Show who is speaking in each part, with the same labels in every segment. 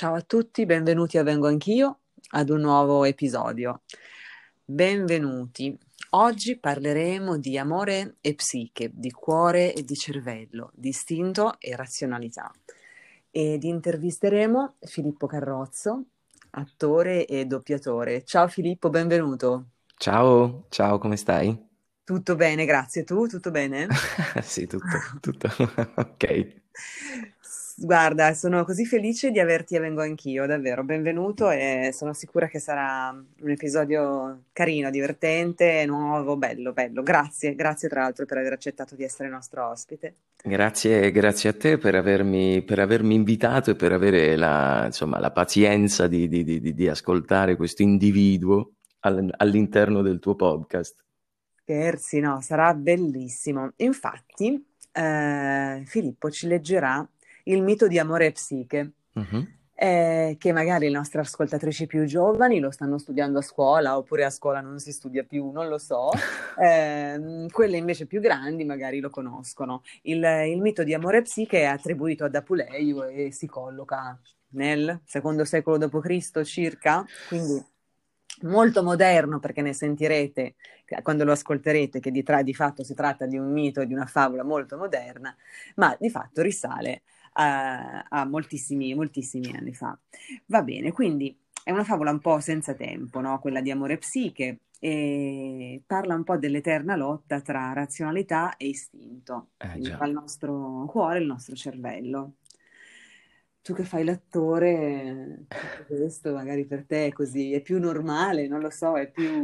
Speaker 1: Ciao a tutti, benvenuti a Vengo Anch'io ad un nuovo episodio. Benvenuti. Oggi parleremo di amore e psiche, di cuore e di cervello, di istinto e razionalità. Ed intervisteremo Filippo Carrozzo, attore e doppiatore. Ciao Filippo, benvenuto.
Speaker 2: Ciao, ciao, come stai?
Speaker 1: Tutto bene, grazie. Tu, tutto bene?
Speaker 2: Sì, tutto. Ok.
Speaker 1: Guarda, sono così felice di averti a Vengo Anch'io, davvero. Benvenuto e sono sicura che sarà un episodio carino, divertente, nuovo, bello, bello. Grazie, grazie tra l'altro per aver accettato di essere nostro ospite.
Speaker 2: Grazie a te per avermi invitato e per avere insomma, la pazienza di ascoltare questo individuo all'interno del tuo podcast.
Speaker 1: Scherzi, no, sarà bellissimo. Infatti, Filippo ci leggerà il mito di amore e psiche.
Speaker 2: Mhm.
Speaker 1: Che magari le nostre ascoltatrici più giovani lo stanno studiando a scuola oppure a scuola non si studia più, non lo so. Quelle invece più grandi magari lo conoscono. Il mito di Amore e Psiche è attribuito ad Apuleio e si colloca nel secondo secolo d.C. circa, quindi molto moderno perché ne sentirete quando lo ascolterete che di fatto si tratta di un mito e di una favola molto moderna, ma di fatto risale a moltissimi, moltissimi anni fa. Va bene, quindi è una favola un po' senza tempo, no? Quella di Amore e Psiche, e parla un po' dell'eterna lotta tra razionalità e istinto, quindi
Speaker 2: Già.
Speaker 1: tra il nostro cuore e il nostro cervello. Tu che fai l'attore, tutto questo magari per te è così, è più normale, non lo so,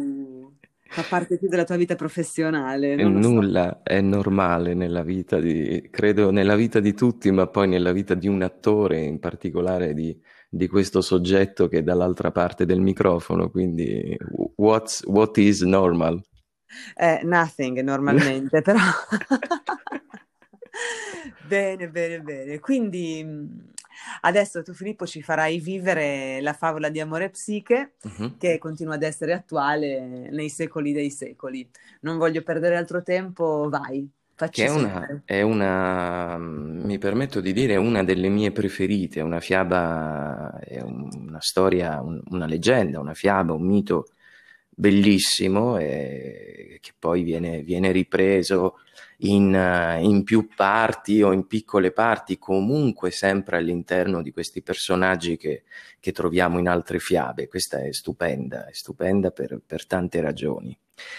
Speaker 1: fa parte più della tua vita professionale,
Speaker 2: E
Speaker 1: non lo so.
Speaker 2: nulla è normale nella vita credo nella vita di tutti, ma poi nella vita di un attore, in particolare di questo soggetto che è dall'altra parte del microfono, quindi what is normal?
Speaker 1: Nothing normalmente, però. Bene, bene, bene. Quindi adesso tu, Filippo, ci farai vivere la favola di Amore e Psiche,
Speaker 2: Mhm.
Speaker 1: che continua ad essere attuale nei secoli dei secoli. Non voglio perdere altro tempo, vai,
Speaker 2: Che
Speaker 1: facci sentire.
Speaker 2: mi permetto di dire, una delle mie preferite, una fiaba, è una storia, una leggenda, una fiaba, un mito bellissimo che poi viene ripreso in più parti o in piccole parti, comunque sempre all'interno di questi personaggi che troviamo in altre fiabe. Questa è stupenda per tante ragioni.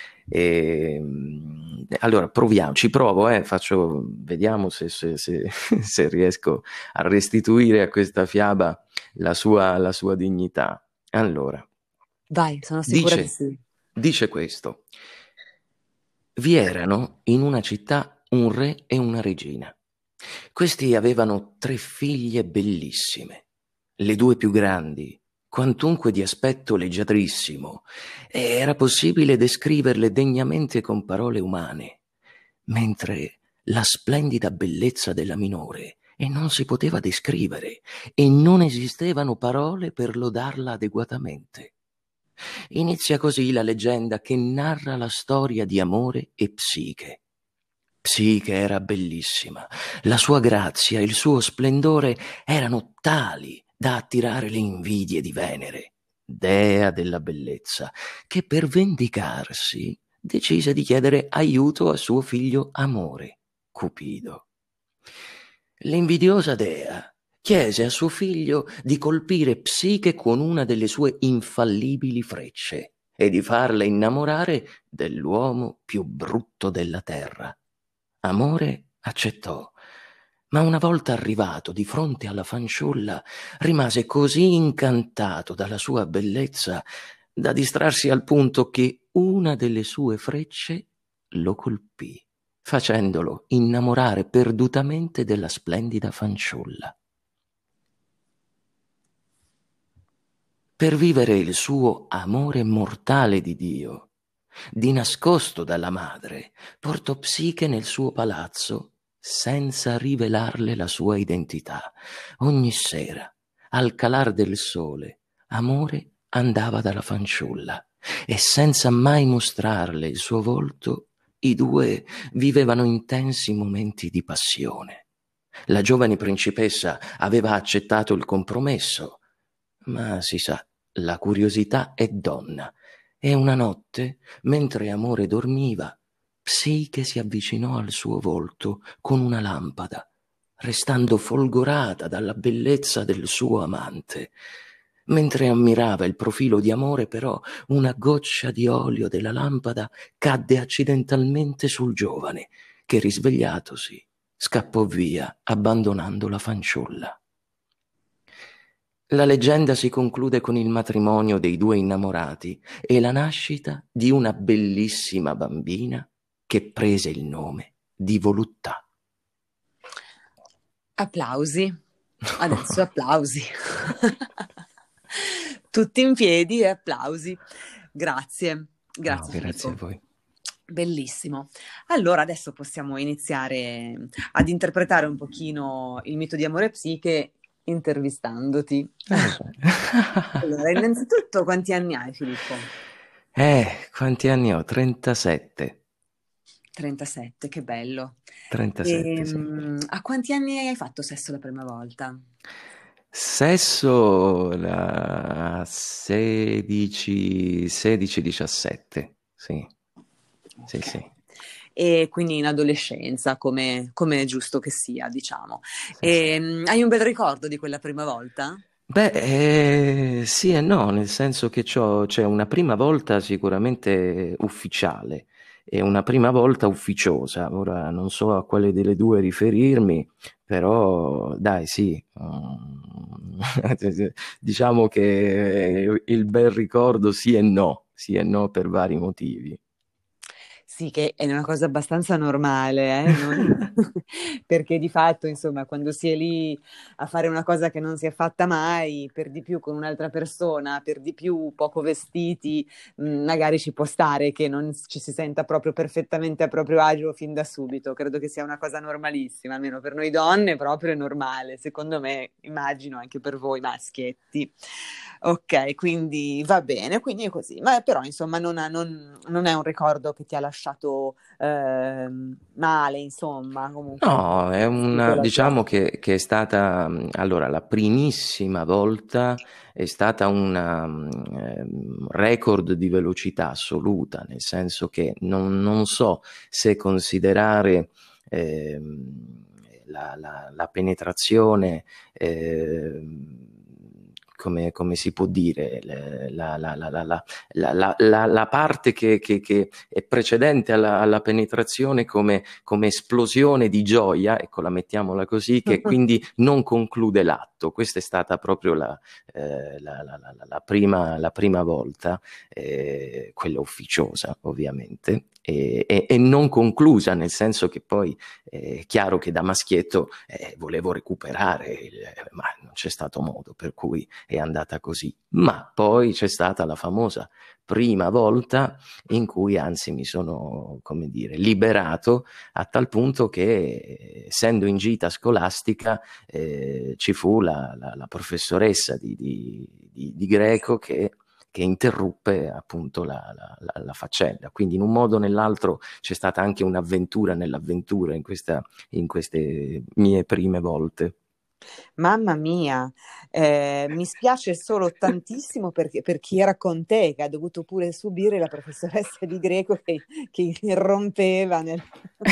Speaker 2: Allora proviamo, ci provo, vediamo se riesco a restituire a questa fiaba la sua dignità. Allora,
Speaker 1: Vai, sono sicura di
Speaker 2: dice,
Speaker 1: sì.
Speaker 2: dice questo: vi erano in una città un re e una regina. Questi avevano 3 figlie bellissime, le 2 più grandi, quantunque di aspetto leggiadrissimo, e era possibile descriverle degnamente con parole umane, mentre la splendida bellezza della minore e non si poteva descrivere, e non esistevano parole per lodarla adeguatamente. Inizia così la leggenda che narra la storia di Amore e Psiche. Psiche era bellissima, la sua grazia, il suo splendore erano tali da attirare le invidie di Venere, dea della bellezza, che per vendicarsi decise di chiedere aiuto a suo figlio Amore, Cupido. L'invidiosa dea chiese a suo figlio di colpire Psiche con una delle sue infallibili frecce e di farla innamorare dell'uomo più brutto della terra. Amore accettò, ma una volta arrivato di fronte alla fanciulla rimase così incantato dalla sua bellezza da distrarsi al punto che una delle sue frecce lo colpì, facendolo innamorare perdutamente della splendida fanciulla. Per vivere il suo amore mortale di Dio, di nascosto dalla madre, portò Psiche nel suo palazzo senza rivelarle la sua identità. Ogni sera, al calar del sole, Amore andava dalla fanciulla e senza mai mostrarle il suo volto, i due vivevano intensi momenti di passione. La giovane principessa aveva accettato il compromesso, Ma si sa, la curiosità è donna. E una notte, mentre Amore dormiva, Psiche si avvicinò al suo volto con una lampada, restando folgorata dalla bellezza del suo amante. Mentre ammirava il profilo di Amore, però, una goccia di olio della lampada cadde accidentalmente sul giovane, che risvegliatosi scappò via, abbandonando la fanciulla. La leggenda si conclude con il matrimonio dei due innamorati e la nascita di una bellissima bambina che prese il nome di Voluttà.
Speaker 1: Applausi. Adesso applausi. Tutti in piedi e applausi. Grazie,
Speaker 2: No,
Speaker 1: grazie
Speaker 2: grazie a
Speaker 1: Filippo.
Speaker 2: voi.
Speaker 1: Bellissimo. Allora adesso possiamo iniziare ad interpretare un pochino il mito di Amore e Psiche intervistandoti. Allora, innanzitutto, quanti anni hai, Filippo?
Speaker 2: Quanti anni ho? 37.
Speaker 1: 37, che bello.
Speaker 2: 37, sì.
Speaker 1: A quanti anni hai fatto sesso la prima volta?
Speaker 2: Sesso a 16, 17, sì. Sì,
Speaker 1: Ok.
Speaker 2: sì.
Speaker 1: E quindi in adolescenza, come è giusto che sia, diciamo.
Speaker 2: Sì.
Speaker 1: Hai un bel ricordo di quella prima volta?
Speaker 2: Beh, sì e no, nel senso che c'è una prima volta sicuramente ufficiale e una prima volta ufficiosa. Ora non so a quale delle due riferirmi, però dai, sì. Diciamo che il bel ricordo sì e no per vari motivi.
Speaker 1: Sì, che è una cosa abbastanza normale, perché di fatto, insomma, quando si è lì a fare una cosa che non si è fatta mai, per di più con un'altra persona, per di più poco vestiti, magari ci può stare che non ci si senta proprio perfettamente a proprio agio fin da subito. Credo che sia una cosa normalissima, almeno per noi donne proprio è normale, secondo me, immagino anche per voi maschietti. Ok, quindi va bene, quindi è così, ma però insomma non è un ricordo che ti ha lasciato male, insomma, comunque
Speaker 2: No, è una,
Speaker 1: la tua...
Speaker 2: diciamo che è stata, allora, la primissima volta è stata un record di velocità assoluta, nel senso che non so se considerare la penetrazione, come si può dire, la parte che è precedente alla penetrazione come esplosione di gioia, ecco, la mettiamola così, che quindi non conclude l'atto. Questa è stata proprio la prima volta, quella ufficiosa ovviamente, e non conclusa, nel senso che poi è chiaro che da maschietto volevo recuperare, ma non c'è stato modo, per cui è andata così. Ma poi c'è stata la famosa prima volta in cui anzi mi sono, come dire, liberato a tal punto che, essendo in gita scolastica, ci fu la professoressa di greco che interruppe appunto la faccenda. Quindi in un modo o nell'altro c'è stata anche un'avventura nell'avventura in queste mie prime volte.
Speaker 1: Mamma mia, mi spiace solo tantissimo perché, per chi era con te, che ha dovuto pure subire la professoressa di greco che irrompeva nel...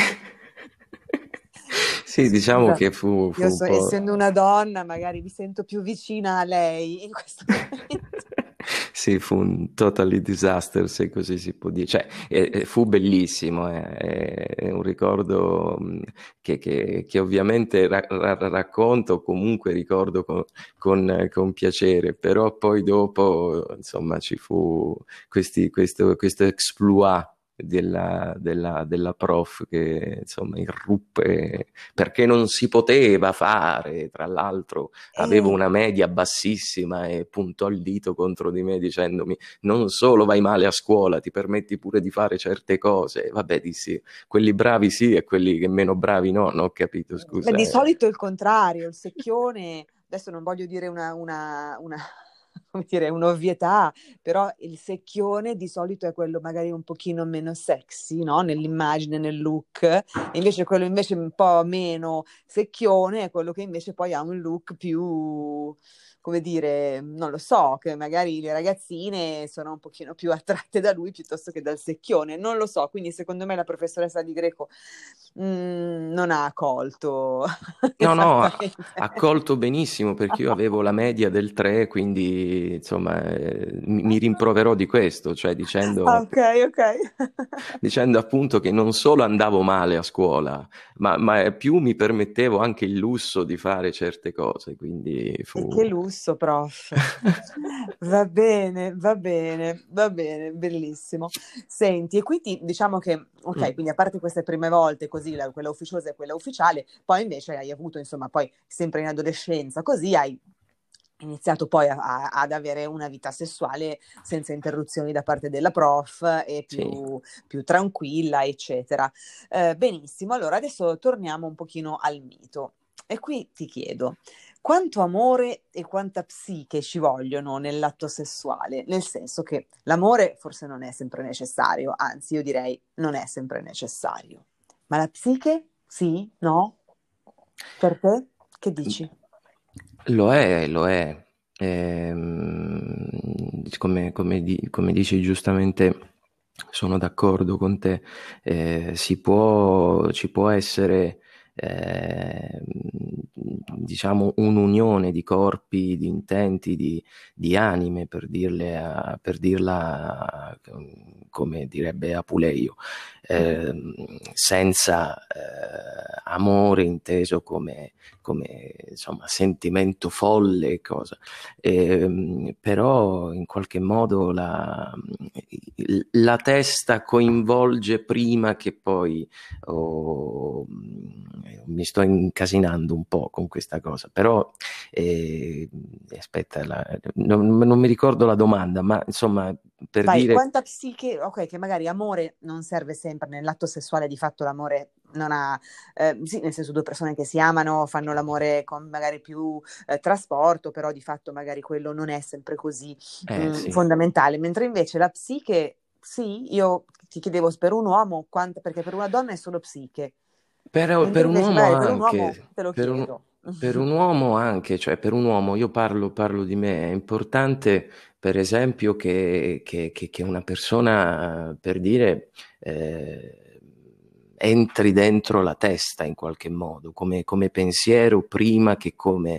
Speaker 2: Sì, diciamo
Speaker 1: Scusa,
Speaker 2: che fu un po'...
Speaker 1: essendo una donna, magari mi sento più vicina a lei in questo momento.
Speaker 2: Sì, fu un totally disaster, se così si può dire. Cioè, fu bellissimo, è un ricordo che ovviamente racconto, o comunque ricordo con piacere, però poi dopo, insomma, ci fu questo exploit della prof che, insomma, irruppe perché non si poteva fare, tra l'altro avevo
Speaker 1: Eh,
Speaker 2: una media bassissima e puntò il dito contro di me dicendomi non solo vai male a scuola, ti permetti pure di fare certe cose. E vabbè, dissi, quelli bravi sì e quelli che meno bravi no, non ho capito,
Speaker 1: Beh,
Speaker 2: scusa.
Speaker 1: di solito è il contrario, il secchione, adesso non voglio dire come dire, un'ovvietà, però il secchione di solito è quello magari un pochino meno sexy, no? Nell'immagine, nel look, e invece quello invece un po' meno secchione è quello che invece poi ha un look più, come dire, non lo so, che magari le ragazzine sono un pochino più attratte da lui piuttosto che dal secchione, non lo so, quindi secondo me la professoressa di greco non ha colto
Speaker 2: No, no,
Speaker 1: esattamente.
Speaker 2: ha colto benissimo perché io avevo la media del 3, quindi insomma mi rimproverò di questo, cioè
Speaker 1: Ah,
Speaker 2: dicendo,
Speaker 1: ok, ok.
Speaker 2: dicendo appunto che non solo andavo male a scuola, ma più mi permettevo anche il lusso di fare certe cose, quindi
Speaker 1: E
Speaker 2: fu...
Speaker 1: che lusso, prof. Va bene, va bene, va bene, bellissimo. Senti, e quindi diciamo che, ok,
Speaker 2: Mm,
Speaker 1: quindi a parte queste prime volte, così, quella ufficiosa e quella ufficiale, poi invece hai avuto, insomma, poi sempre in adolescenza, così hai iniziato poi ad avere una vita sessuale senza interruzioni da parte della prof e
Speaker 2: sì.
Speaker 1: più tranquilla, eccetera. Benissimo, allora adesso torniamo un pochino al mito. E qui ti chiedo, quanto amore e quanta psiche ci vogliono nell'atto sessuale? Nel senso che l'amore forse non è sempre necessario, anzi io direi non è sempre necessario. Ma la psiche? Sì? No? Per te? Che dici?
Speaker 2: Lo è, lo è. Come dici giustamente, sono d'accordo con te. Ci può essere, ehm, diciamo, un'unione di corpi, di intenti, di anime, per dirla come direbbe Apuleio, senza amore inteso come insomma sentimento folle e cosa. Però in qualche modo la testa coinvolge prima che poi mi sto incasinando un po' con questa cosa, però aspetta, non mi ricordo la domanda, ma insomma per
Speaker 1: Vai,
Speaker 2: dire
Speaker 1: quanta psiche, ok, che magari amore non serve sempre nell'atto sessuale, di fatto l'amore non ha, sì, nel senso due persone che si amano fanno l'amore con magari più trasporto, però di fatto magari quello non è sempre così
Speaker 2: sì.
Speaker 1: fondamentale, mentre invece la psiche, sì, io ti chiedevo per un uomo, perché per una donna è solo psiche,
Speaker 2: Per
Speaker 1: mentre
Speaker 2: un
Speaker 1: invece
Speaker 2: uomo
Speaker 1: magari per un uomo
Speaker 2: anche,
Speaker 1: te lo chiedo.
Speaker 2: per un uomo anche, cioè per un uomo, io parlo di me, è importante per esempio che una persona, per dire, entri dentro la testa in qualche modo, come pensiero prima che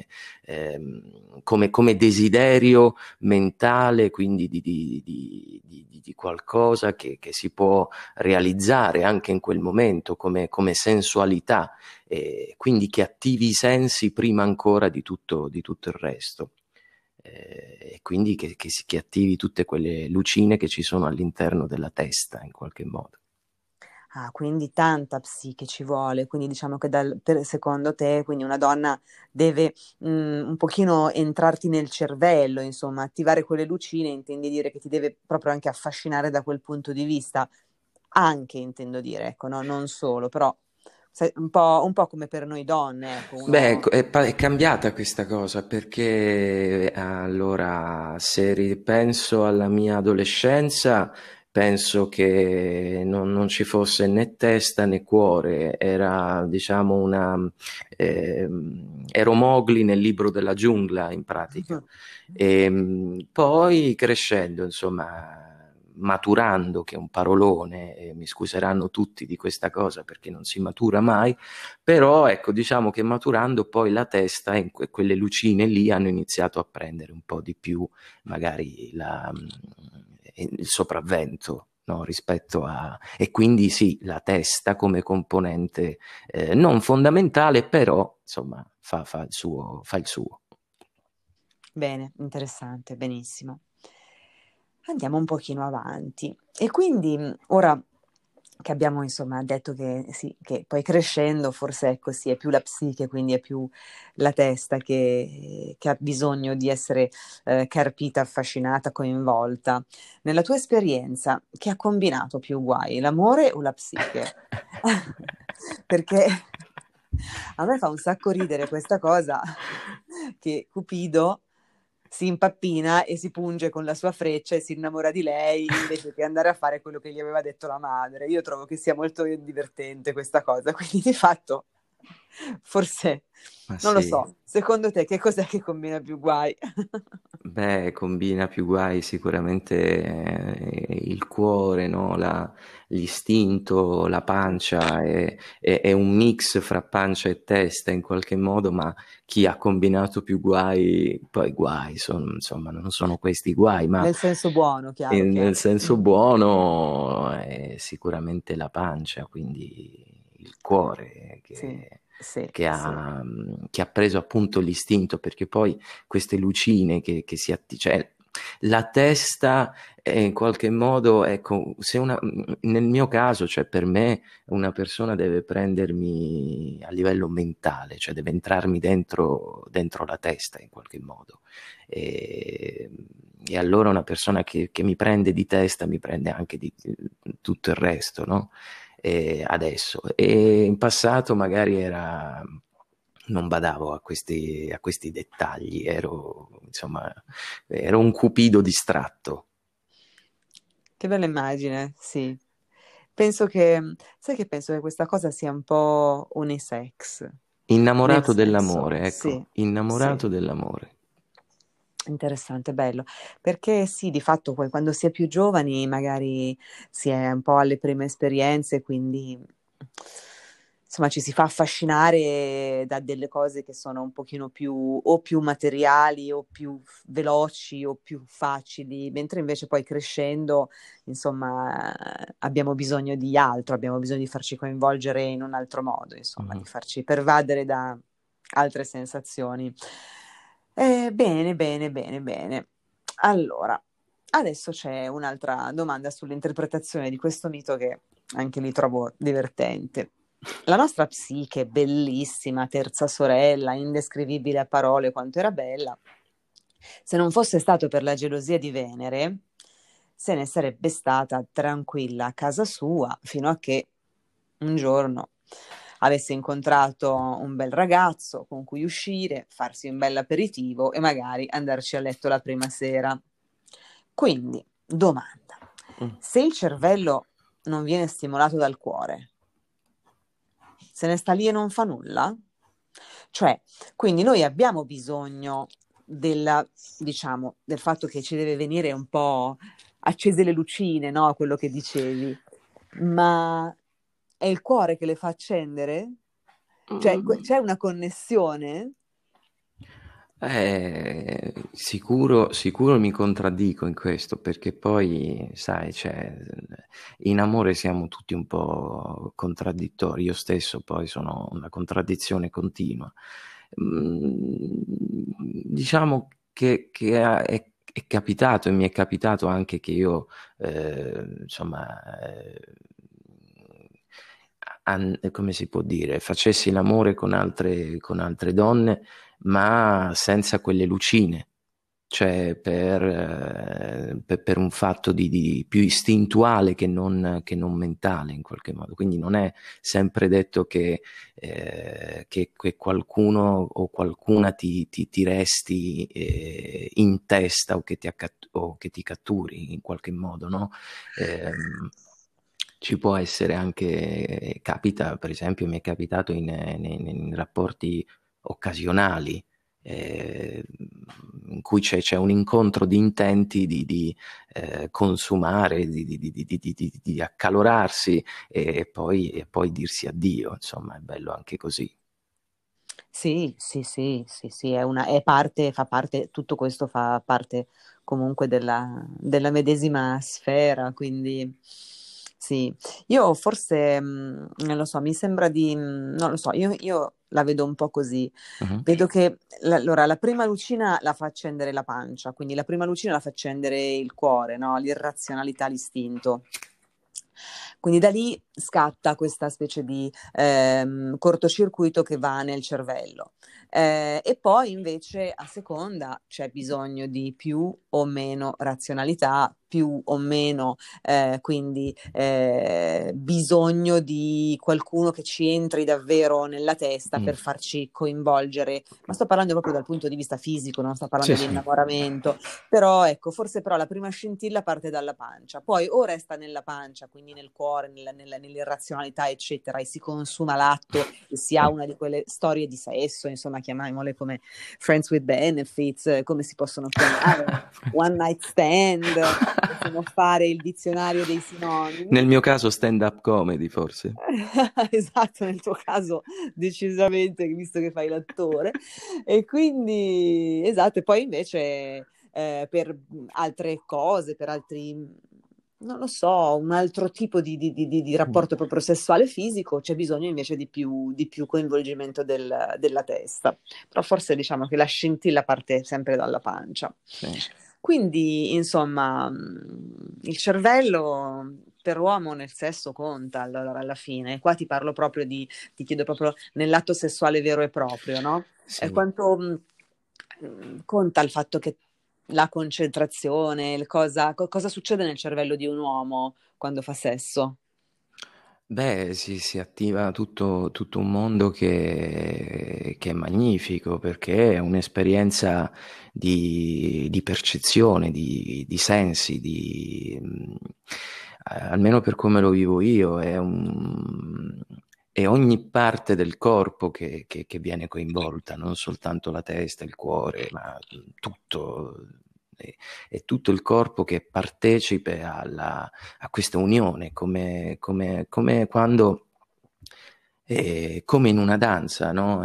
Speaker 2: come desiderio mentale, quindi di qualcosa che si può realizzare anche in quel momento come sensualità, quindi che attivi i sensi prima ancora di tutto il resto. E quindi che attivi tutte quelle lucine che ci sono all'interno della testa in qualche modo.
Speaker 1: Ah, quindi tanta psiche ci vuole, quindi diciamo che secondo te, quindi una donna deve un pochino entrarti nel cervello, insomma, attivare quelle lucine, intendi dire che ti deve proprio anche affascinare da quel punto di vista, anche intendo dire, ecco, no? Non solo, però un po' come per noi donne, ecco,
Speaker 2: Beh,
Speaker 1: uno...
Speaker 2: è cambiata questa cosa perché allora, se ripenso alla mia adolescenza, penso che non ci fosse né testa né cuore, era diciamo ero Mowgli nel libro della giungla in pratica. Poi crescendo, insomma, maturando, che è un parolone, e mi scuseranno tutti di questa cosa perché non si matura mai, però ecco, diciamo che maturando poi la testa e quelle lucine lì hanno iniziato a prendere un po' di più magari il sopravvento. No, rispetto a... E quindi sì, la testa come componente non fondamentale, però insomma fa il suo, fa il suo.
Speaker 1: Bene, interessante, benissimo. Andiamo un pochino avanti. E quindi ora che abbiamo insomma detto che sì, che poi crescendo forse ecco sì, è più la psiche, quindi è più la testa che ha bisogno di essere carpita, affascinata, coinvolta. Nella tua esperienza, che ha combinato più guai, l'amore o la psiche? Perché a me fa un sacco ridere questa cosa che Cupido si impappina e si punge con la sua freccia e si innamora di lei invece che andare a fare quello che gli aveva detto la madre. Io trovo che sia molto divertente questa cosa, quindi di fatto Forse,
Speaker 2: Ma
Speaker 1: non lo
Speaker 2: sì.
Speaker 1: so, secondo te che cos'è che combina più guai?
Speaker 2: Beh, combina più guai sicuramente il cuore, no? L'istinto, la pancia, è un mix fra pancia e testa in qualche modo, ma chi ha combinato più guai, poi guai, insomma, non sono questi guai, ma
Speaker 1: Nel senso buono, chiaro,
Speaker 2: nel
Speaker 1: chiaro.
Speaker 2: senso buono è sicuramente la pancia, quindi il cuore
Speaker 1: Sì,
Speaker 2: che,
Speaker 1: sì,
Speaker 2: che
Speaker 1: sì.
Speaker 2: ha, che ha preso appunto l'istinto, perché poi queste lucine che si cioè la testa in qualche modo, ecco, se nel mio caso, cioè per me, una persona deve prendermi a livello mentale, cioè deve entrarmi dentro la testa in qualche modo. E, e allora una persona che mi prende di testa mi prende anche di tutto il resto, no? Adesso. E in passato magari non badavo a questi dettagli, insomma, ero un cupido distratto,
Speaker 1: Che bella immagine, sì. Penso che, sai che penso che questa cosa sia un po' unisex, nel
Speaker 2: innamorato
Speaker 1: senso,
Speaker 2: dell'amore,
Speaker 1: sì,
Speaker 2: ecco,
Speaker 1: sì.
Speaker 2: innamorato dell'amore.
Speaker 1: Interessante, bello, perché sì, di fatto poi quando si è più giovani magari si è un po' alle prime esperienze, quindi insomma ci si fa affascinare da delle cose che sono un pochino più o più materiali o più veloci o più facili, mentre invece poi crescendo, insomma, abbiamo bisogno di altro, abbiamo bisogno di farci coinvolgere in un altro modo, insomma, di
Speaker 2: Mhm.
Speaker 1: farci pervadere da altre sensazioni. Bene, bene, bene, bene. Allora, adesso c'è un'altra domanda sull'interpretazione di questo mito che anche li trovo divertente. La nostra psiche, bellissima, terza sorella, indescrivibile a parole quanto era bella, se non fosse stato per la gelosia di Venere, se ne sarebbe stata tranquilla a casa sua fino a che un giorno avesse incontrato un bel ragazzo con cui uscire, farsi un bel aperitivo e magari andarci a letto la prima sera. Quindi, domanda,
Speaker 2: Mm.
Speaker 1: se il cervello non viene stimolato dal cuore, se ne sta lì e non fa nulla? Cioè, quindi noi abbiamo bisogno della, diciamo, del fatto che ci deve venire un po' accese le lucine, no? Quello che dicevi, ma è il cuore che le fa accendere? Cioè,
Speaker 2: Mm.
Speaker 1: c'è una connessione?
Speaker 2: Sicuro, sicuro mi contraddico in questo, perché poi, sai, cioè, in amore siamo tutti un po' contraddittori. Io stesso poi sono una contraddizione continua. Diciamo che è capitato, e mi è capitato anche che io, insomma, come si può dire, facessi l'amore con altre donne, ma senza quelle lucine, cioè per un fatto di più istintuale che non mentale in qualche modo. Quindi non è sempre detto che qualcuno o qualcuna ti resti in testa o che ti catturi in qualche modo, no? Ehm, Ci può essere anche, capita, per esempio, mi è capitato in rapporti occasionali, eh, in cui c'è un incontro di intenti di consumare, di accalorarsi e poi dirsi addio, insomma, è bello anche così.
Speaker 1: Sì, sì, sì, sì, sì, è parte, fa parte, tutto questo fa parte comunque della medesima sfera, quindi sì. Io forse, non lo so, mi sembra non lo so, io la vedo un po' così.
Speaker 2: Mhm.
Speaker 1: Vedo che, allora, la prima lucina la fa accendere la pancia, quindi la prima lucina la fa accendere il cuore, no? L'irrazionalità, l'istinto. Quindi da lì scatta questa specie di cortocircuito che va nel cervello. E poi invece a seconda c'è bisogno di più o meno razionalità, più o meno quindi bisogno di qualcuno che ci entri davvero nella testa
Speaker 2: Mm.
Speaker 1: per farci coinvolgere, ma sto parlando proprio dal punto di vista fisico, non sto
Speaker 2: Sì,
Speaker 1: parlando di
Speaker 2: sì.
Speaker 1: innamoramento, però ecco, forse però la prima scintilla parte dalla pancia, poi o resta nella pancia, quindi nel cuore, nell'irrazionalità, eccetera, e si consuma l'atto e si ha una di quelle storie di sesso, insomma, chiamiamole come Friends with Benefits, come si possono chiamare, One Night Stand, possiamo fare il dizionario dei sinonimi.
Speaker 2: Nel mio caso stand-up comedy, forse.
Speaker 1: Esatto, nel tuo caso decisamente, visto che fai l'attore. E quindi, esatto, e poi invece per altre cose, per altri, non lo so, un altro tipo di rapporto proprio sessuale fisico, c'è bisogno invece di più coinvolgimento della testa. Però forse diciamo che la scintilla parte sempre dalla pancia.
Speaker 2: Sì.
Speaker 1: Quindi, insomma, il cervello per l'uomo nel sesso conta, allora alla fine. E qua ti parlo proprio ti chiedo proprio nell'atto sessuale vero e proprio, no?
Speaker 2: Sì.
Speaker 1: Quanto conta il fatto che la concentrazione, cosa succede nel cervello di un uomo quando fa sesso?
Speaker 2: Beh, si attiva tutto un mondo che è magnifico perché è un'esperienza di percezione, di sensi, almeno per come lo vivo io, è ogni parte del corpo che viene coinvolta, non soltanto la testa, il cuore, ma tutto. È tutto il corpo che partecipe a questa unione, come quando, come in una danza, no?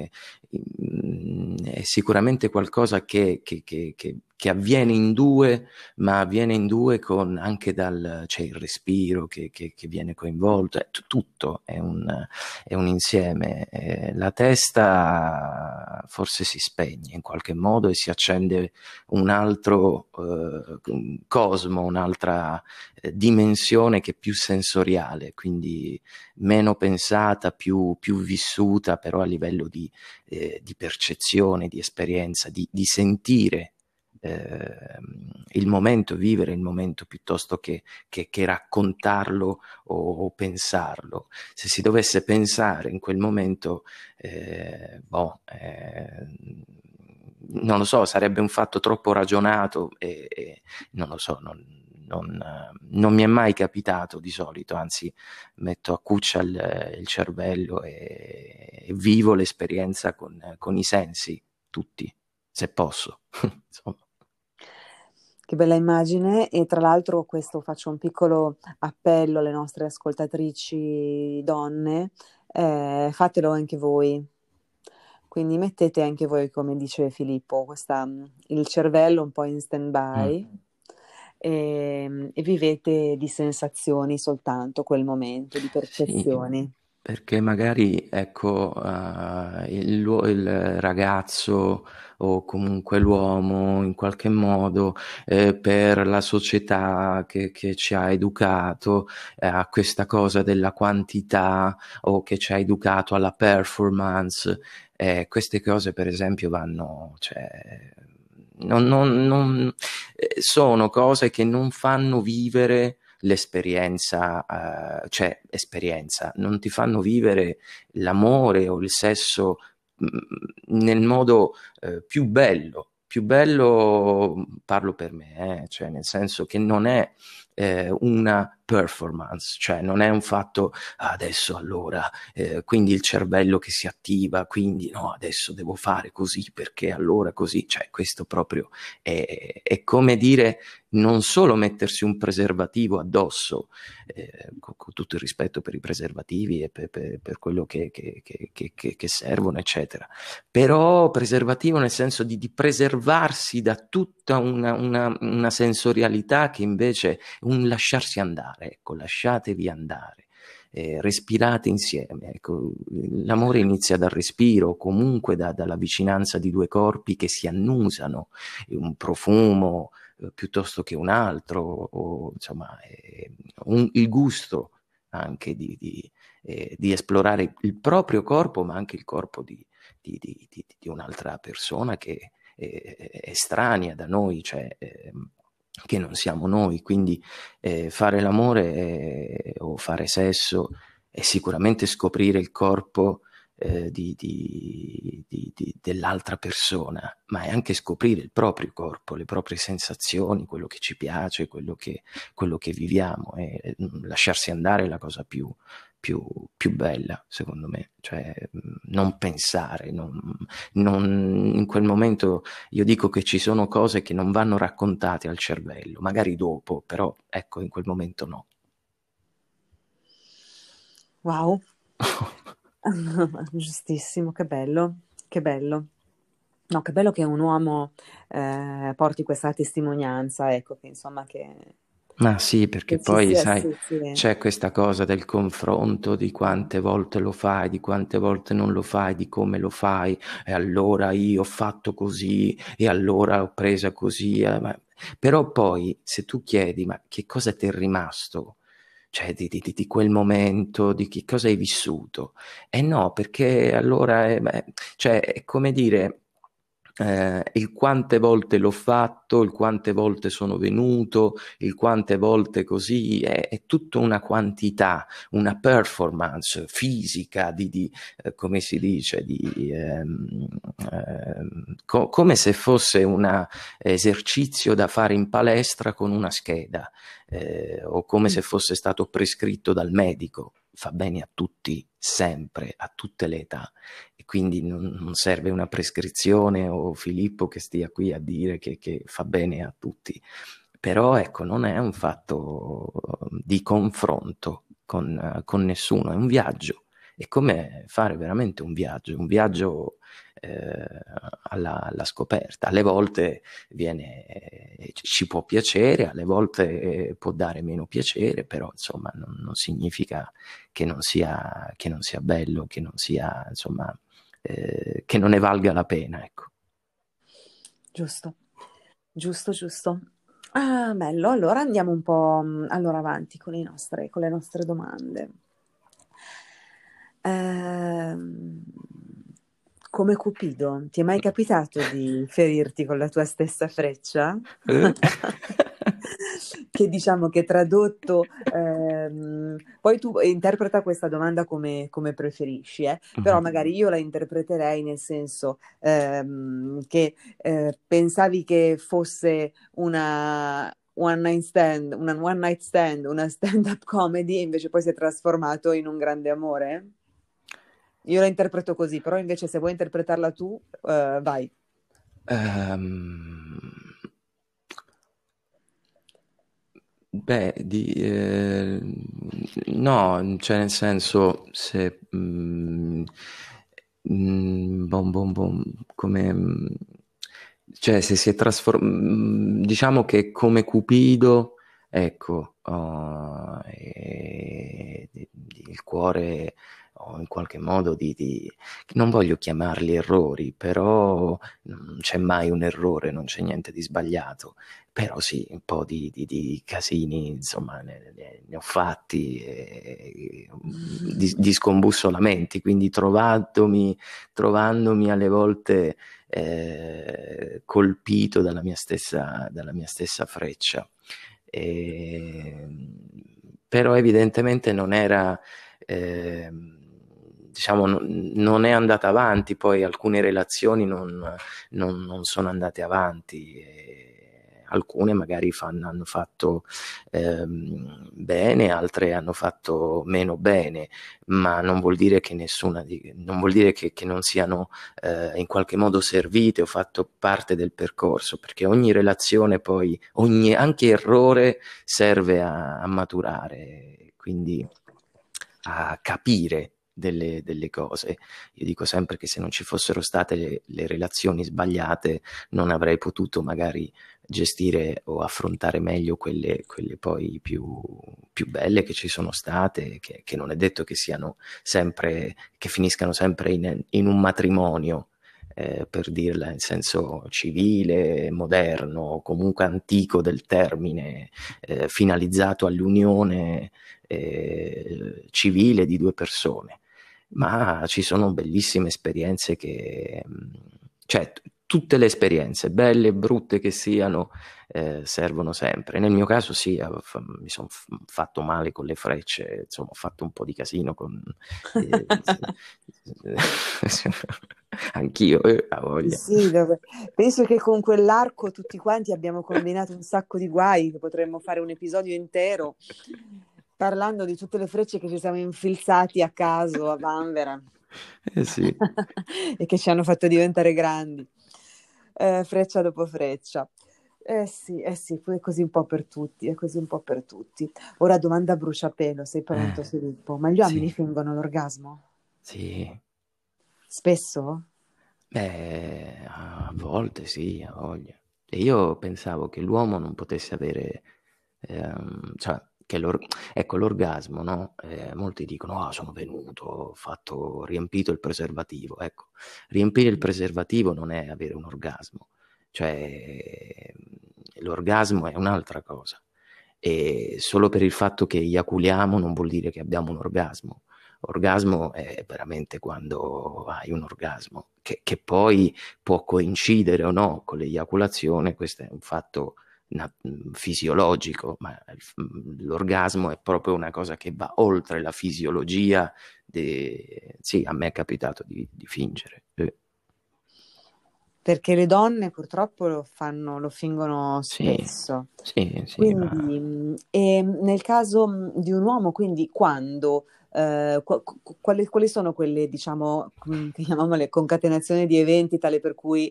Speaker 2: È sicuramente qualcosa che avviene in due, ma avviene in due con anche c'è il respiro che viene coinvolto, tutto è un insieme. La testa forse si spegne in qualche modo e si accende un altro cosmo, un'altra dimensione che è più sensoriale, quindi meno pensata, più vissuta, però a livello di percezione, di esperienza, di sentire il momento, vivere il momento piuttosto che raccontarlo o pensarlo. Se si dovesse pensare in quel momento, non lo so, sarebbe un fatto troppo ragionato e non lo so, non mi è mai capitato di solito, anzi metto a cuccia il cervello e vivo l'esperienza con i sensi, tutti, se posso. Insomma.
Speaker 1: Che bella immagine e tra l'altro questo faccio un piccolo appello alle nostre ascoltatrici donne, fatelo anche voi. Quindi mettete anche voi, come dice Filippo, il cervello un po' in
Speaker 2: Mm.
Speaker 1: stand-by e vivete di sensazioni soltanto quel momento, di
Speaker 2: Sì,
Speaker 1: percezioni.
Speaker 2: perché magari ecco, il ragazzo o comunque l'uomo in qualche modo per la società che ci ha educato a questa cosa della quantità o che ci ha educato alla performance, queste cose per esempio vanno, cioè, sono cose che non fanno vivere l'esperienza, cioè esperienza, non ti fanno vivere l'amore o il sesso nel modo più bello parlo per me, cioè nel senso che non è una performance, cioè non è un fatto adesso allora, quindi il cervello che si attiva, quindi no, adesso devo fare così perché allora così, cioè questo proprio è come dire non solo mettersi un preservativo addosso, con tutto il rispetto per i preservativi e per quello che servono, eccetera, però preservativo nel senso di preservarsi da tutta una sensorialità che invece è un lasciarsi andare, ecco, lasciatevi andare. Respirate insieme, ecco, l'amore inizia dal respiro, comunque dalla vicinanza di due corpi che si annusano, un profumo piuttosto che un altro, o insomma il gusto anche di esplorare il proprio corpo, ma anche il corpo di un'altra persona che è estranea da noi, cioè che non siamo noi. Quindi fare l'amore o fare sesso è sicuramente scoprire il corpo dell'altra persona, ma è anche scoprire il proprio corpo, le proprie sensazioni, quello che ci piace, quello che viviamo, e lasciarsi andare è la cosa più bella, secondo me. Cioè non pensare, in quel momento io dico che ci sono cose che non vanno raccontate al cervello, magari dopo, però ecco, in quel momento no.
Speaker 1: Wow. Giustissimo, che bello, che bello. No, che bello che un uomo porti questa testimonianza, ecco, che insomma
Speaker 2: Ma sì, perché
Speaker 1: che ci
Speaker 2: poi,
Speaker 1: sia,
Speaker 2: sai,
Speaker 1: sì, sì.
Speaker 2: c'è questa cosa del confronto, di quante volte lo fai, di quante volte non lo fai, di come lo fai, e allora io ho fatto così, e allora ho presa così. Però poi, se tu chiedi, ma che cosa ti è rimasto? Cioè, di quel momento, di che cosa hai vissuto? E no, perché allora, cioè, è come dire, il quante volte l'ho fatto, il quante volte sono venuto, il quante volte così, è tutta una quantità, una performance fisica come si dice, come se fosse un esercizio da fare in palestra con una scheda, o come se fosse stato prescritto dal medico. Fa bene a tutti, sempre, a tutte le età. E quindi non serve una prescrizione o Filippo che stia qui a dire che fa bene a tutti. Però ecco, non è un fatto di confronto con nessuno, è un viaggio. È come fare veramente un viaggio alla scoperta. Alle volte ci può piacere, alle volte può dare meno piacere, però insomma non significa che non sia bello, che non sia, insomma, che non ne valga la pena, ecco.
Speaker 1: Giusto, giusto, giusto. Ah, bello. Allora andiamo un po' allora avanti con le nostre domande. Ehm, Come Cupido, ti è mai capitato di ferirti con la tua stessa freccia?
Speaker 2: Eh?
Speaker 1: Che diciamo che tradotto, poi tu interpreta questa domanda come preferisci, però magari io la interpreterei nel senso che pensavi che fosse una one night stand, una stand-up comedy, e invece poi si è trasformato in un grande amore? Io la interpreto così, però invece se vuoi interpretarla tu, vai.
Speaker 2: Ehm, Beh, no, cioè nel senso, se bom, bom, bom, come cioè se si è trasformato, diciamo che come Cupido, ecco, il cuore, o in qualche modo non voglio chiamarli errori, però non c'è mai un errore, non c'è niente di sbagliato. Però sì, un po' di casini, insomma, ne ho fatti, di scombussolamenti, quindi trovandomi alle volte colpito dalla mia stessa freccia. E, però evidentemente non era, diciamo, non è andata avanti, poi alcune relazioni non sono andate avanti. Alcune magari hanno fatto bene, altre hanno fatto meno bene, ma non vuol dire che non vuol dire che non siano in qualche modo servite o fatto parte del percorso, perché ogni relazione poi, anche errore serve a maturare, quindi a capire delle cose. Io dico sempre che se non ci fossero state le relazioni sbagliate, non avrei potuto magari gestire o affrontare meglio quelle poi più belle che ci sono state, che non è detto che siano sempre, che finiscano sempre in un matrimonio, per dirla in senso civile, moderno, comunque antico del termine, finalizzato all'unione civile di due persone. ma ci sono bellissime esperienze cioè tutte le esperienze, belle e brutte che siano, servono sempre. Nel mio caso sì, mi sono fatto male con le frecce, insomma, ho fatto un po' di casino con... eh, anch'io, a voglia.
Speaker 1: Sì, penso che con quell'arco tutti quanti abbiamo combinato un sacco di guai, che potremmo fare un episodio intero parlando di tutte le frecce che ci siamo infilzati a caso a Vanvera
Speaker 2: Sì.
Speaker 1: e che ci hanno fatto diventare grandi, freccia dopo freccia. Eh sì, è così un po' per tutti, è così un po' per tutti. Ora domanda a bruciapelo, sei pronto, Filippo? Ma gli uomini
Speaker 2: Sì,
Speaker 1: fingono l'orgasmo?
Speaker 2: sì.
Speaker 1: Spesso?
Speaker 2: Beh, a volte sì, a voglia. E io pensavo che l'uomo non potesse avere, cioè, che ecco, l'orgasmo, no? Molti dicono, ah, sono venuto, ho riempito il preservativo. Ecco, riempire il preservativo non è avere un orgasmo, cioè, l'orgasmo è un'altra cosa. E solo per il fatto che eiaculiamo non vuol dire che abbiamo un orgasmo. Orgasmo è veramente quando hai un orgasmo, che poi può coincidere o no con l'eiaculazione, questo è un fatto fisiologico, ma l'orgasmo è proprio una cosa che va oltre la fisiologia. Sì, a me è capitato di fingere.
Speaker 1: Perché le donne purtroppo lo fingono
Speaker 2: Sì,
Speaker 1: spesso.
Speaker 2: sì, sì, ma...
Speaker 1: Quindi, e nel caso di un uomo, quindi quando, quali sono quelle, diciamo, chiamiamole concatenazioni di eventi tale per cui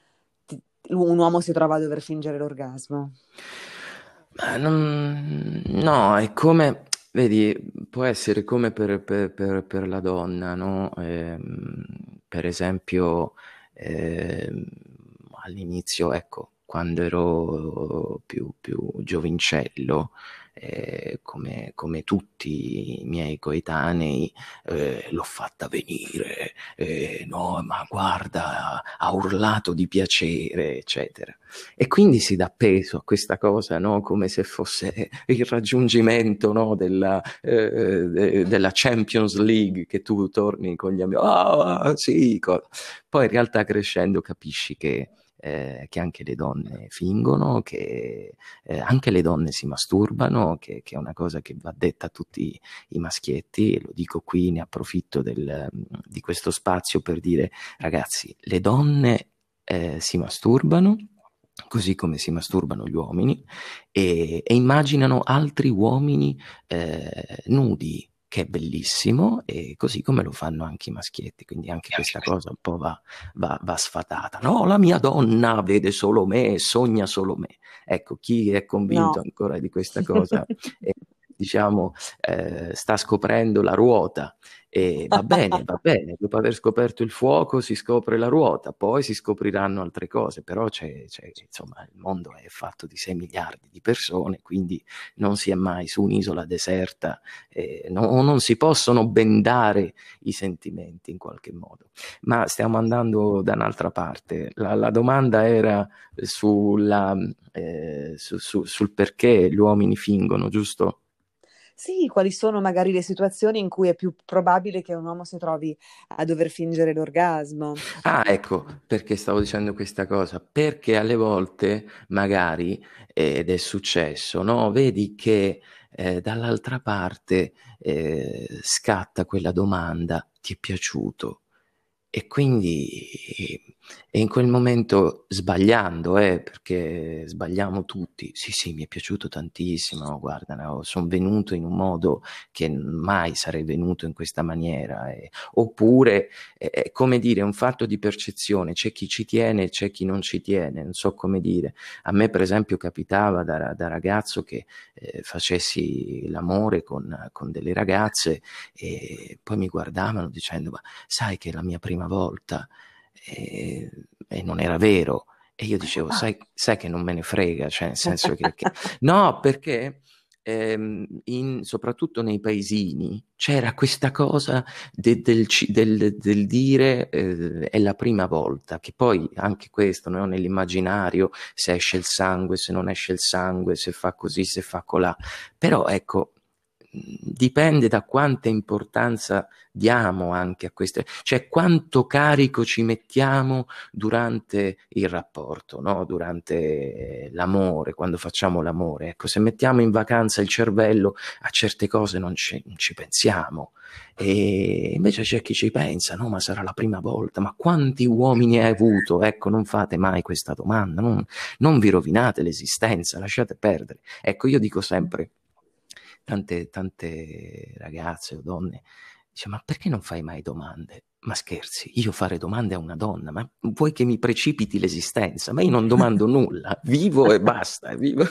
Speaker 1: un uomo si trova a dover fingere l'orgasmo?
Speaker 2: Ma no, è come, vedi, può essere come per la donna, no? Per esempio, ehm, all'inizio, ecco, quando ero più giovincello, come tutti i miei coetanei, l'ho fatta venire, no, ma guarda, ha urlato di piacere, eccetera. E quindi si dà peso a questa cosa, no? Come se fosse il raggiungimento, no? Della Champions League, che tu torni con gli amici, ah sì, poi in realtà crescendo capisci che anche le donne fingono, che anche le donne si masturbano, che è una cosa che va detta a tutti i maschietti, e lo dico qui, ne approfitto di questo spazio per dire, ragazzi, le donne si masturbano, così come si masturbano gli uomini, e immaginano altri uomini nudi, che è bellissimo, e così come lo fanno anche i maschietti, quindi anche questa cosa un po' va sfatata. No, la mia donna vede solo me, sogna solo me. Ecco, chi è convinto
Speaker 1: No.
Speaker 2: ancora di questa cosa, diciamo, sta scoprendo la ruota. E va bene, dopo aver scoperto il fuoco si scopre la ruota, poi si scopriranno altre cose, però insomma, il mondo è fatto di 6 miliardi di persone, quindi non si è mai su un'isola deserta, non si possono bendare i sentimenti in qualche modo. Ma stiamo andando da un'altra parte. La domanda era sul perché gli uomini fingono, giusto?
Speaker 1: Sì, quali sono magari le situazioni in cui è più probabile che un uomo si trovi a dover fingere l'orgasmo?
Speaker 2: Ah, ecco, perché stavo dicendo questa cosa, perché alle volte magari, ed è successo, no? Vedi che dall'altra parte scatta quella domanda, ti è piaciuto? E quindi e in quel momento sbagliando, perché sbagliamo tutti, sì sì, mi è piaciuto tantissimo, guarda, no, sono venuto in un modo che mai sarei venuto in questa maniera, oppure è come dire, è un fatto di percezione, c'è chi ci tiene e c'è chi non ci tiene, non so come dire. A me per esempio capitava da ragazzo che facessi l'amore con delle ragazze e poi mi guardavano dicendo, ma sai che è la mia prima volta? E non era vero. E io dicevo,
Speaker 1: Ah.
Speaker 2: sai che non me ne frega, cioè nel senso No, perché soprattutto nei paesini c'era questa cosa del dire è la prima volta, che poi anche questo, no, nell'immaginario, se esce il sangue, se non esce il sangue, se fa così, se fa colà. Però ecco, dipende da quanta importanza diamo anche a queste, cioè quanto carico ci mettiamo durante il rapporto, no? Durante l'amore, quando facciamo l'amore. Ecco, se mettiamo in vacanza il cervello, a certe cose non ci pensiamo. E invece c'è chi ci pensa, no? Ma sarà la prima volta, ma quanti uomini hai avuto? Ecco, non fate mai questa domanda, non vi rovinate l'esistenza, lasciate perdere. Ecco, io dico sempre, tante ragazze o donne, dice, ma perché non fai mai domande? Ma scherzi, io fare domande a una donna, ma vuoi che mi precipiti l'esistenza? Ma io non domando nulla, vivo e basta, vivo.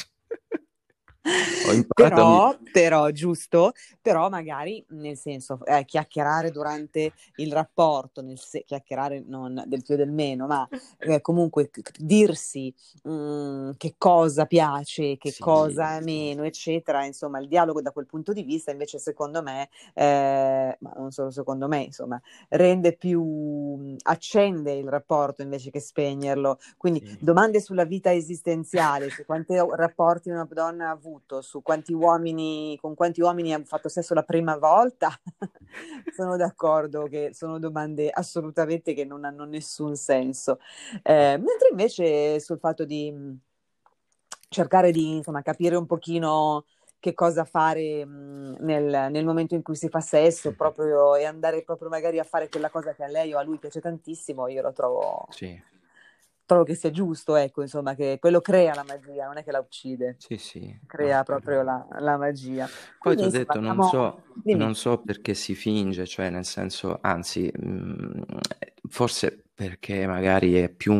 Speaker 2: Ho imparato
Speaker 1: Però, giusto, però magari nel senso chiacchierare durante il rapporto, chiacchierare non del più e del meno, ma comunque dirsi che cosa piace, che
Speaker 2: sì,
Speaker 1: cosa meno, eccetera, insomma, il dialogo da quel punto di vista invece secondo me, ma non solo secondo me, insomma, rende più, accende il rapporto invece che spegnerlo. Quindi
Speaker 2: sì.
Speaker 1: domande sulla vita esistenziale, su quanti rapporti una donna ha avuto, su con quanti uomini ha fatto sesso la prima volta, sono d'accordo che sono domande assolutamente che non hanno nessun senso. Mentre invece sul fatto di cercare di insomma, capire un pochino che cosa fare nel momento in cui si fa sesso proprio, e andare proprio magari a fare quella cosa che a lei o a lui piace tantissimo, io lo
Speaker 2: Sì,
Speaker 1: trovo che sia giusto, ecco, insomma, che quello crea la magia, non è che la uccide,
Speaker 2: sì, sì, no,
Speaker 1: crea proprio la magia.
Speaker 2: poi ti
Speaker 1: Quindi
Speaker 2: ho
Speaker 1: insomma
Speaker 2: detto,
Speaker 1: abbiamo... Dimmi.
Speaker 2: non so perché si finge, cioè nel senso, anzi, forse perché magari è più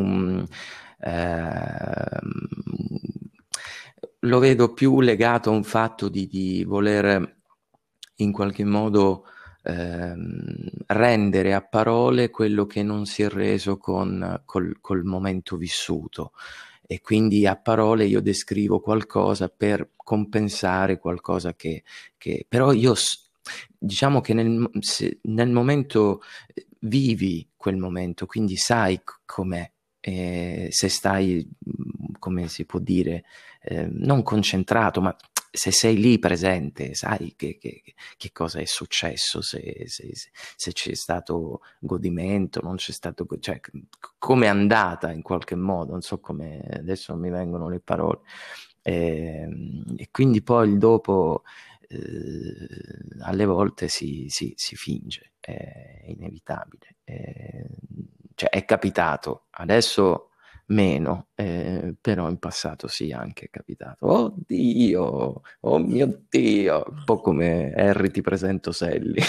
Speaker 2: lo vedo più legato a un fatto di voler in qualche modo rendere a parole quello che non si è reso col momento vissuto. E quindi a parole io descrivo qualcosa per compensare qualcosa però io diciamo che nel momento vivi quel momento, quindi sai com'è, se stai, come si può dire, non concentrato, ma se sei lì presente, sai che cosa è successo, se c'è stato godimento, non c'è stato, cioè come è andata in qualche modo, non so come, adesso non mi vengono le parole. E quindi poi il dopo alle volte si finge, è inevitabile. Cioè è capitato, adesso meno, però in passato sì, anche è capitato. Oddio, oh mio Dio, un po' come Harry ti presento Sally.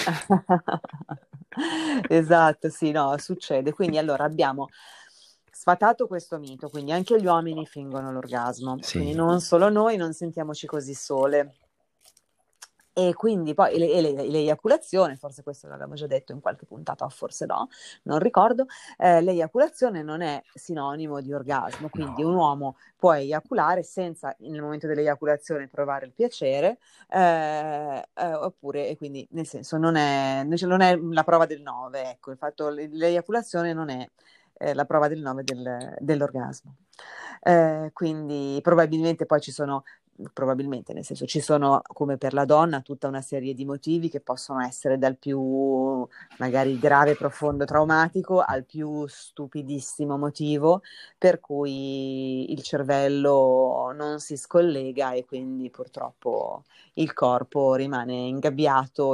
Speaker 1: Esatto, sì, no, succede. Quindi allora abbiamo sfatato questo mito, quindi anche gli uomini fingono l'orgasmo, quindi
Speaker 2: Sì,
Speaker 1: non solo noi, non sentiamoci così sole. E quindi poi l'eiaculazione, forse questo l'abbiamo già detto in qualche puntata, o forse no, non ricordo, l'eiaculazione non è sinonimo di orgasmo, quindi un
Speaker 2: no,
Speaker 1: uomo può eiaculare senza nel momento dell'eiaculazione provare il piacere, oppure, e quindi nel senso non è la prova del 9, ecco, il fatto l'eiaculazione non è la prova del 9 dell'orgasmo. Quindi probabilmente poi probabilmente, nel senso ci sono come per la donna tutta una serie di motivi che possono essere dal più magari grave, profondo, traumatico al più stupidissimo motivo per cui il cervello non si scollega e quindi purtroppo il corpo rimane ingabbiato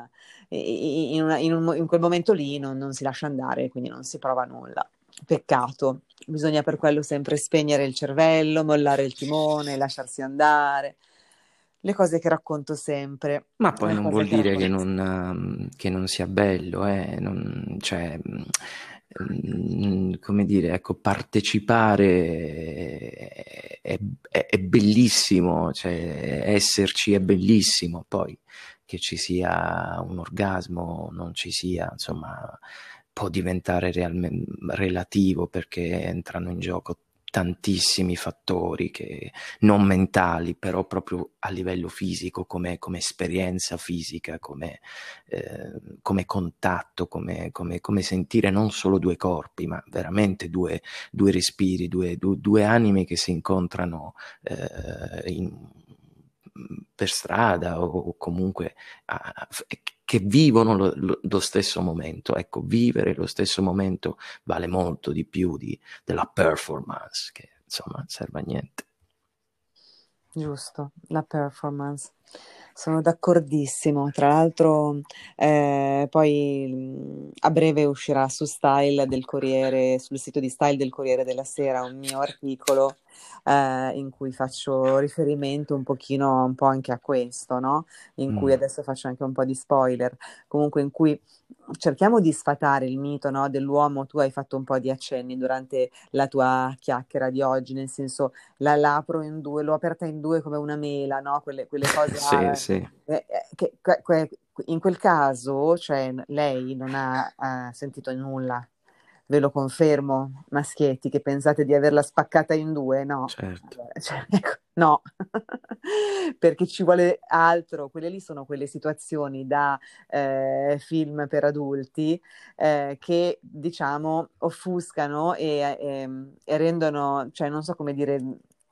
Speaker 1: in quel momento lì, non si lascia andare, quindi non si prova nulla. Peccato. Bisogna per quello sempre spegnere il cervello, mollare il timone, lasciarsi andare. Le cose che racconto sempre.
Speaker 2: ma poi
Speaker 1: Le
Speaker 2: non
Speaker 1: cose
Speaker 2: vuol
Speaker 1: che
Speaker 2: dire
Speaker 1: racconto
Speaker 2: che non sia bello, cioè, come dire, ecco, partecipare è bellissimo, cioè, esserci è bellissimo, poi che ci sia un orgasmo, non ci sia, insomma, può diventare relativo perché entrano in gioco tantissimi fattori non mentali, però proprio a livello fisico, come esperienza fisica, come contatto, come sentire non solo due corpi, ma veramente due respiri, due anime che si incontrano per strada o comunque che vivono lo stesso momento. Ecco, vivere lo stesso momento vale molto di più della performance, che insomma serve a niente.
Speaker 1: Giusto, la performance. Sono d'accordissimo. Tra l'altro, poi a breve uscirà su Style del Corriere, sul sito di Style del Corriere della Sera, un mio articolo in cui faccio riferimento un pochino, un po' anche a questo, no? In cui adesso faccio anche un po' di spoiler, comunque in cui cerchiamo di sfatare il mito, no, dell'uomo. Tu hai fatto un po' di accenni durante la tua chiacchiera di oggi, nel senso la apro in due, l'ho aperta in due come una mela, no? Quelle cose
Speaker 2: Sì, sì.
Speaker 1: in quel caso, cioè, lei non ha sentito nulla. Ve lo confermo, maschietti, che pensate di averla spaccata in due? No,
Speaker 2: Certo.
Speaker 1: cioè, ecco, no, perché ci vuole altro. Quelle lì sono quelle situazioni da film per adulti che, diciamo, offuscano e rendono, cioè, non so come dire,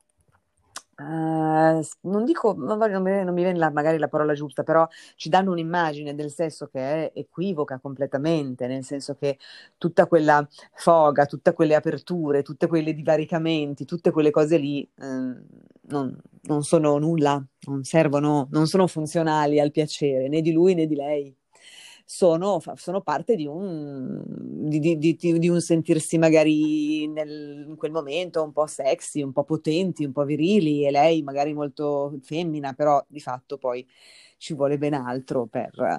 Speaker 1: non dico, non mi viene magari la parola giusta, però ci danno un'immagine del sesso che è equivoca completamente, nel senso che tutta quella foga, tutte quelle aperture, tutti quei divaricamenti, tutte quelle cose lì non sono nulla, non servono, non sono funzionali al piacere né di lui né di lei. Sono parte di un sentirsi magari in quel momento un po' sexy, un po' potenti, un po' virili, e lei magari molto femmina, però di fatto poi ci vuole ben altro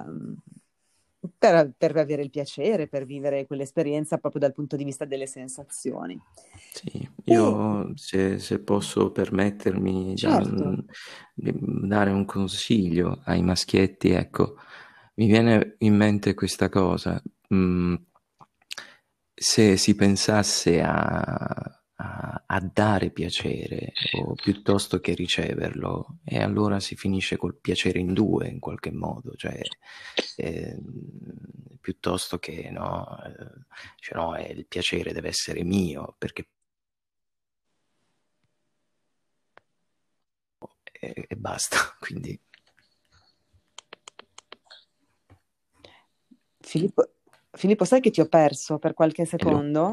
Speaker 1: per avere il piacere, per vivere quell'esperienza proprio dal punto di vista delle sensazioni.
Speaker 2: Sì,
Speaker 1: E
Speaker 2: io se posso permettermi
Speaker 1: certo,
Speaker 2: di dare un consiglio ai maschietti, ecco, mi viene in mente questa cosa. Se si pensasse a dare piacere o piuttosto che riceverlo, e allora si finisce col piacere in due in qualche modo, cioè piuttosto che no, cioè, no, il piacere deve essere mio perché e basta. Quindi
Speaker 1: Filippo, Filippo, sai che ti ho perso per qualche
Speaker 2: bello.
Speaker 1: secondo?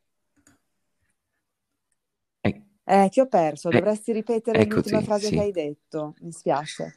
Speaker 2: Eh,
Speaker 1: Ti ho perso,
Speaker 2: eh,
Speaker 1: dovresti ripetere l'ultima
Speaker 2: eccoti,
Speaker 1: frase che
Speaker 2: sì.
Speaker 1: hai detto, mi spiace.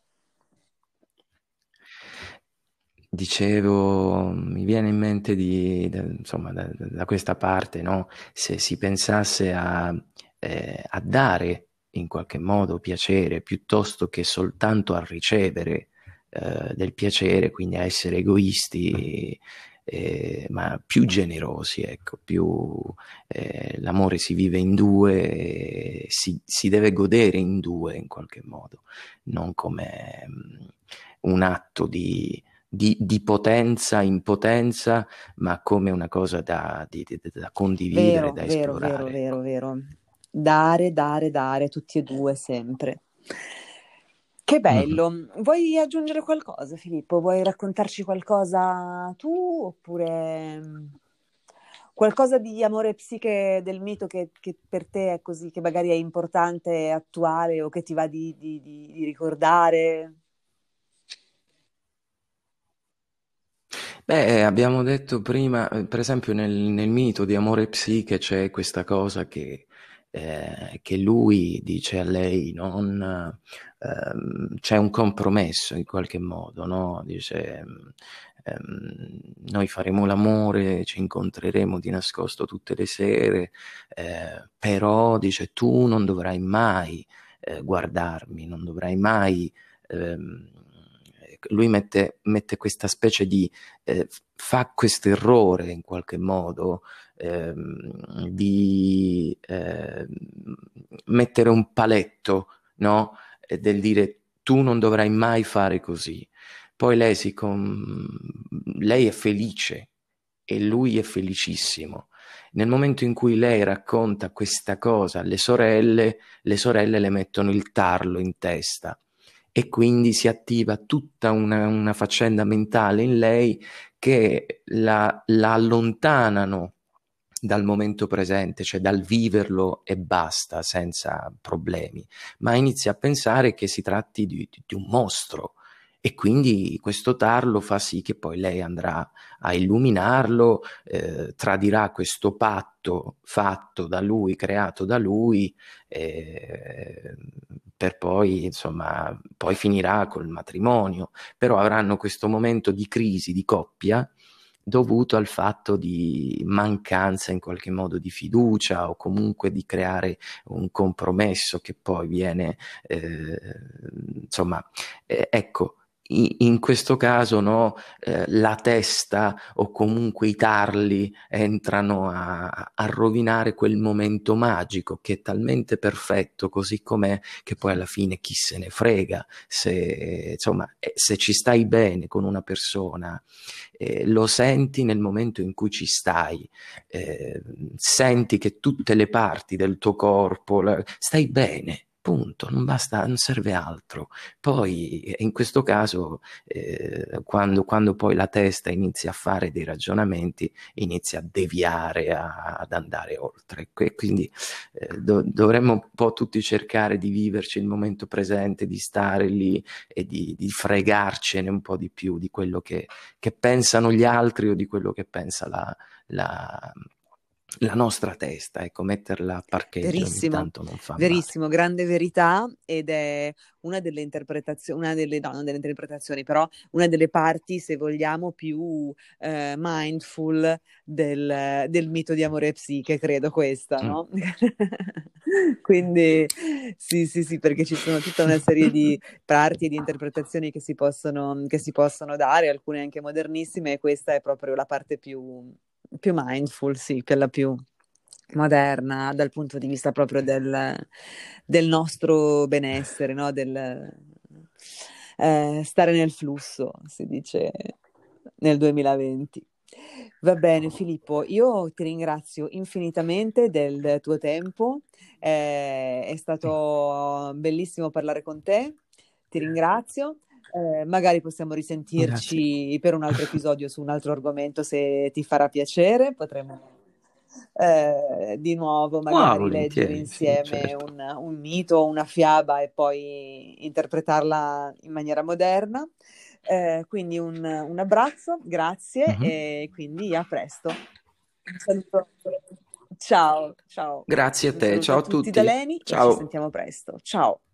Speaker 2: Dicevo, mi viene in mente insomma, da questa parte, no? Se si pensasse a dare in qualche modo piacere piuttosto che soltanto a ricevere del piacere, quindi a essere egoisti, ma più generosi, ecco, l'amore si vive in due, si deve godere in due in qualche modo, non come un atto di potenza in potenza, ma come una cosa da condividere,
Speaker 1: Vero,
Speaker 2: da
Speaker 1: vero, vero,
Speaker 2: esplorare,
Speaker 1: vero,
Speaker 2: ecco.
Speaker 1: vero. Dare, dare, dare, tutti e due sempre. Che
Speaker 2: Mhm.
Speaker 1: bello. Vuoi aggiungere qualcosa, Filippo? Vuoi raccontarci qualcosa tu oppure qualcosa di amore psiche del mito che per te è così, che magari è importante, è attuale o che ti va di ricordare?
Speaker 2: Beh, abbiamo detto prima, per esempio nel mito di Amore e Psiche c'è questa cosa che lui dice a lei, c'è un compromesso in qualche modo, no? Dice, noi faremo l'amore, ci incontreremo di nascosto tutte le sere, però dice tu non dovrai mai guardarmi, non dovrai mai... ehm, lui mette questa specie fa questo errore in qualche modo di mettere un paletto, no? Del dire tu non dovrai mai fare così. Poi lei è felice e lui è felicissimo. Nel momento in cui lei racconta questa cosa alle sorelle, le sorelle le mettono il tarlo in testa e quindi si attiva tutta una faccenda mentale in lei che la allontanano dal momento presente, cioè dal viverlo e basta, senza problemi, ma inizia a pensare che si tratti di un mostro. E quindi questo tarlo fa sì che poi lei andrà a illuminarlo, tradirà questo patto fatto da lui, creato da lui, per poi, insomma, poi finirà col matrimonio. Però avranno questo momento di crisi di coppia dovuto al fatto di mancanza in qualche modo di fiducia, o comunque di creare un compromesso che poi viene, insomma, ecco, in questo caso, no, la testa o comunque i tarli entrano a rovinare quel momento magico che è talmente perfetto così com'è, che poi alla fine chi se ne frega se, insomma, se ci stai bene con una persona, lo senti nel momento in cui ci stai, senti che tutte le parti del tuo corpo, stai bene. Punto, non basta, non serve altro. Poi, in questo caso, quando poi la testa inizia a fare dei ragionamenti, inizia a deviare, ad andare oltre. Quindi dovremmo un po' tutti cercare di viverci il momento presente, di stare lì e di fregarcene un po' di più di quello che pensano gli altri o di quello che pensa la, la nostra testa. Ecco, metterla a parcheggio ogni
Speaker 1: Verissimo,
Speaker 2: tanto non fa male.
Speaker 1: verissimo, grande verità, ed è una delle interpretazioni, no, non delle interpretazioni, però una delle parti, se vogliamo, più mindful del mito di amore e psiche, credo questa,
Speaker 2: Mm.
Speaker 1: no? Quindi sì, sì, sì, perché ci sono tutta una serie di parti e di interpretazioni che si possono dare, alcune anche modernissime, e questa è proprio la parte più mindful, sì, quella più moderna dal punto di vista proprio del nostro benessere, no? Stare nel flusso, si dice nel 2020. Va bene, Filippo, io ti ringrazio infinitamente del tuo tempo, è stato bellissimo parlare con te, ti ringrazio. Magari possiamo
Speaker 2: Grazie.
Speaker 1: risentirci per un altro episodio su un altro argomento se ti farà piacere. Potremo di nuovo magari leggere
Speaker 2: Volentieri, sì,
Speaker 1: insieme
Speaker 2: certo.
Speaker 1: un mito o una fiaba e poi interpretarla in maniera moderna. Quindi un abbraccio, grazie
Speaker 2: Mhm.
Speaker 1: e quindi a presto. Un saluto. Ciao, ciao.
Speaker 2: Grazie a
Speaker 1: Un
Speaker 2: te,
Speaker 1: saluto
Speaker 2: ciao
Speaker 1: a
Speaker 2: a
Speaker 1: tutti da
Speaker 2: tutti.
Speaker 1: Leni e ci
Speaker 2: Ciao.
Speaker 1: sentiamo presto. Ciao.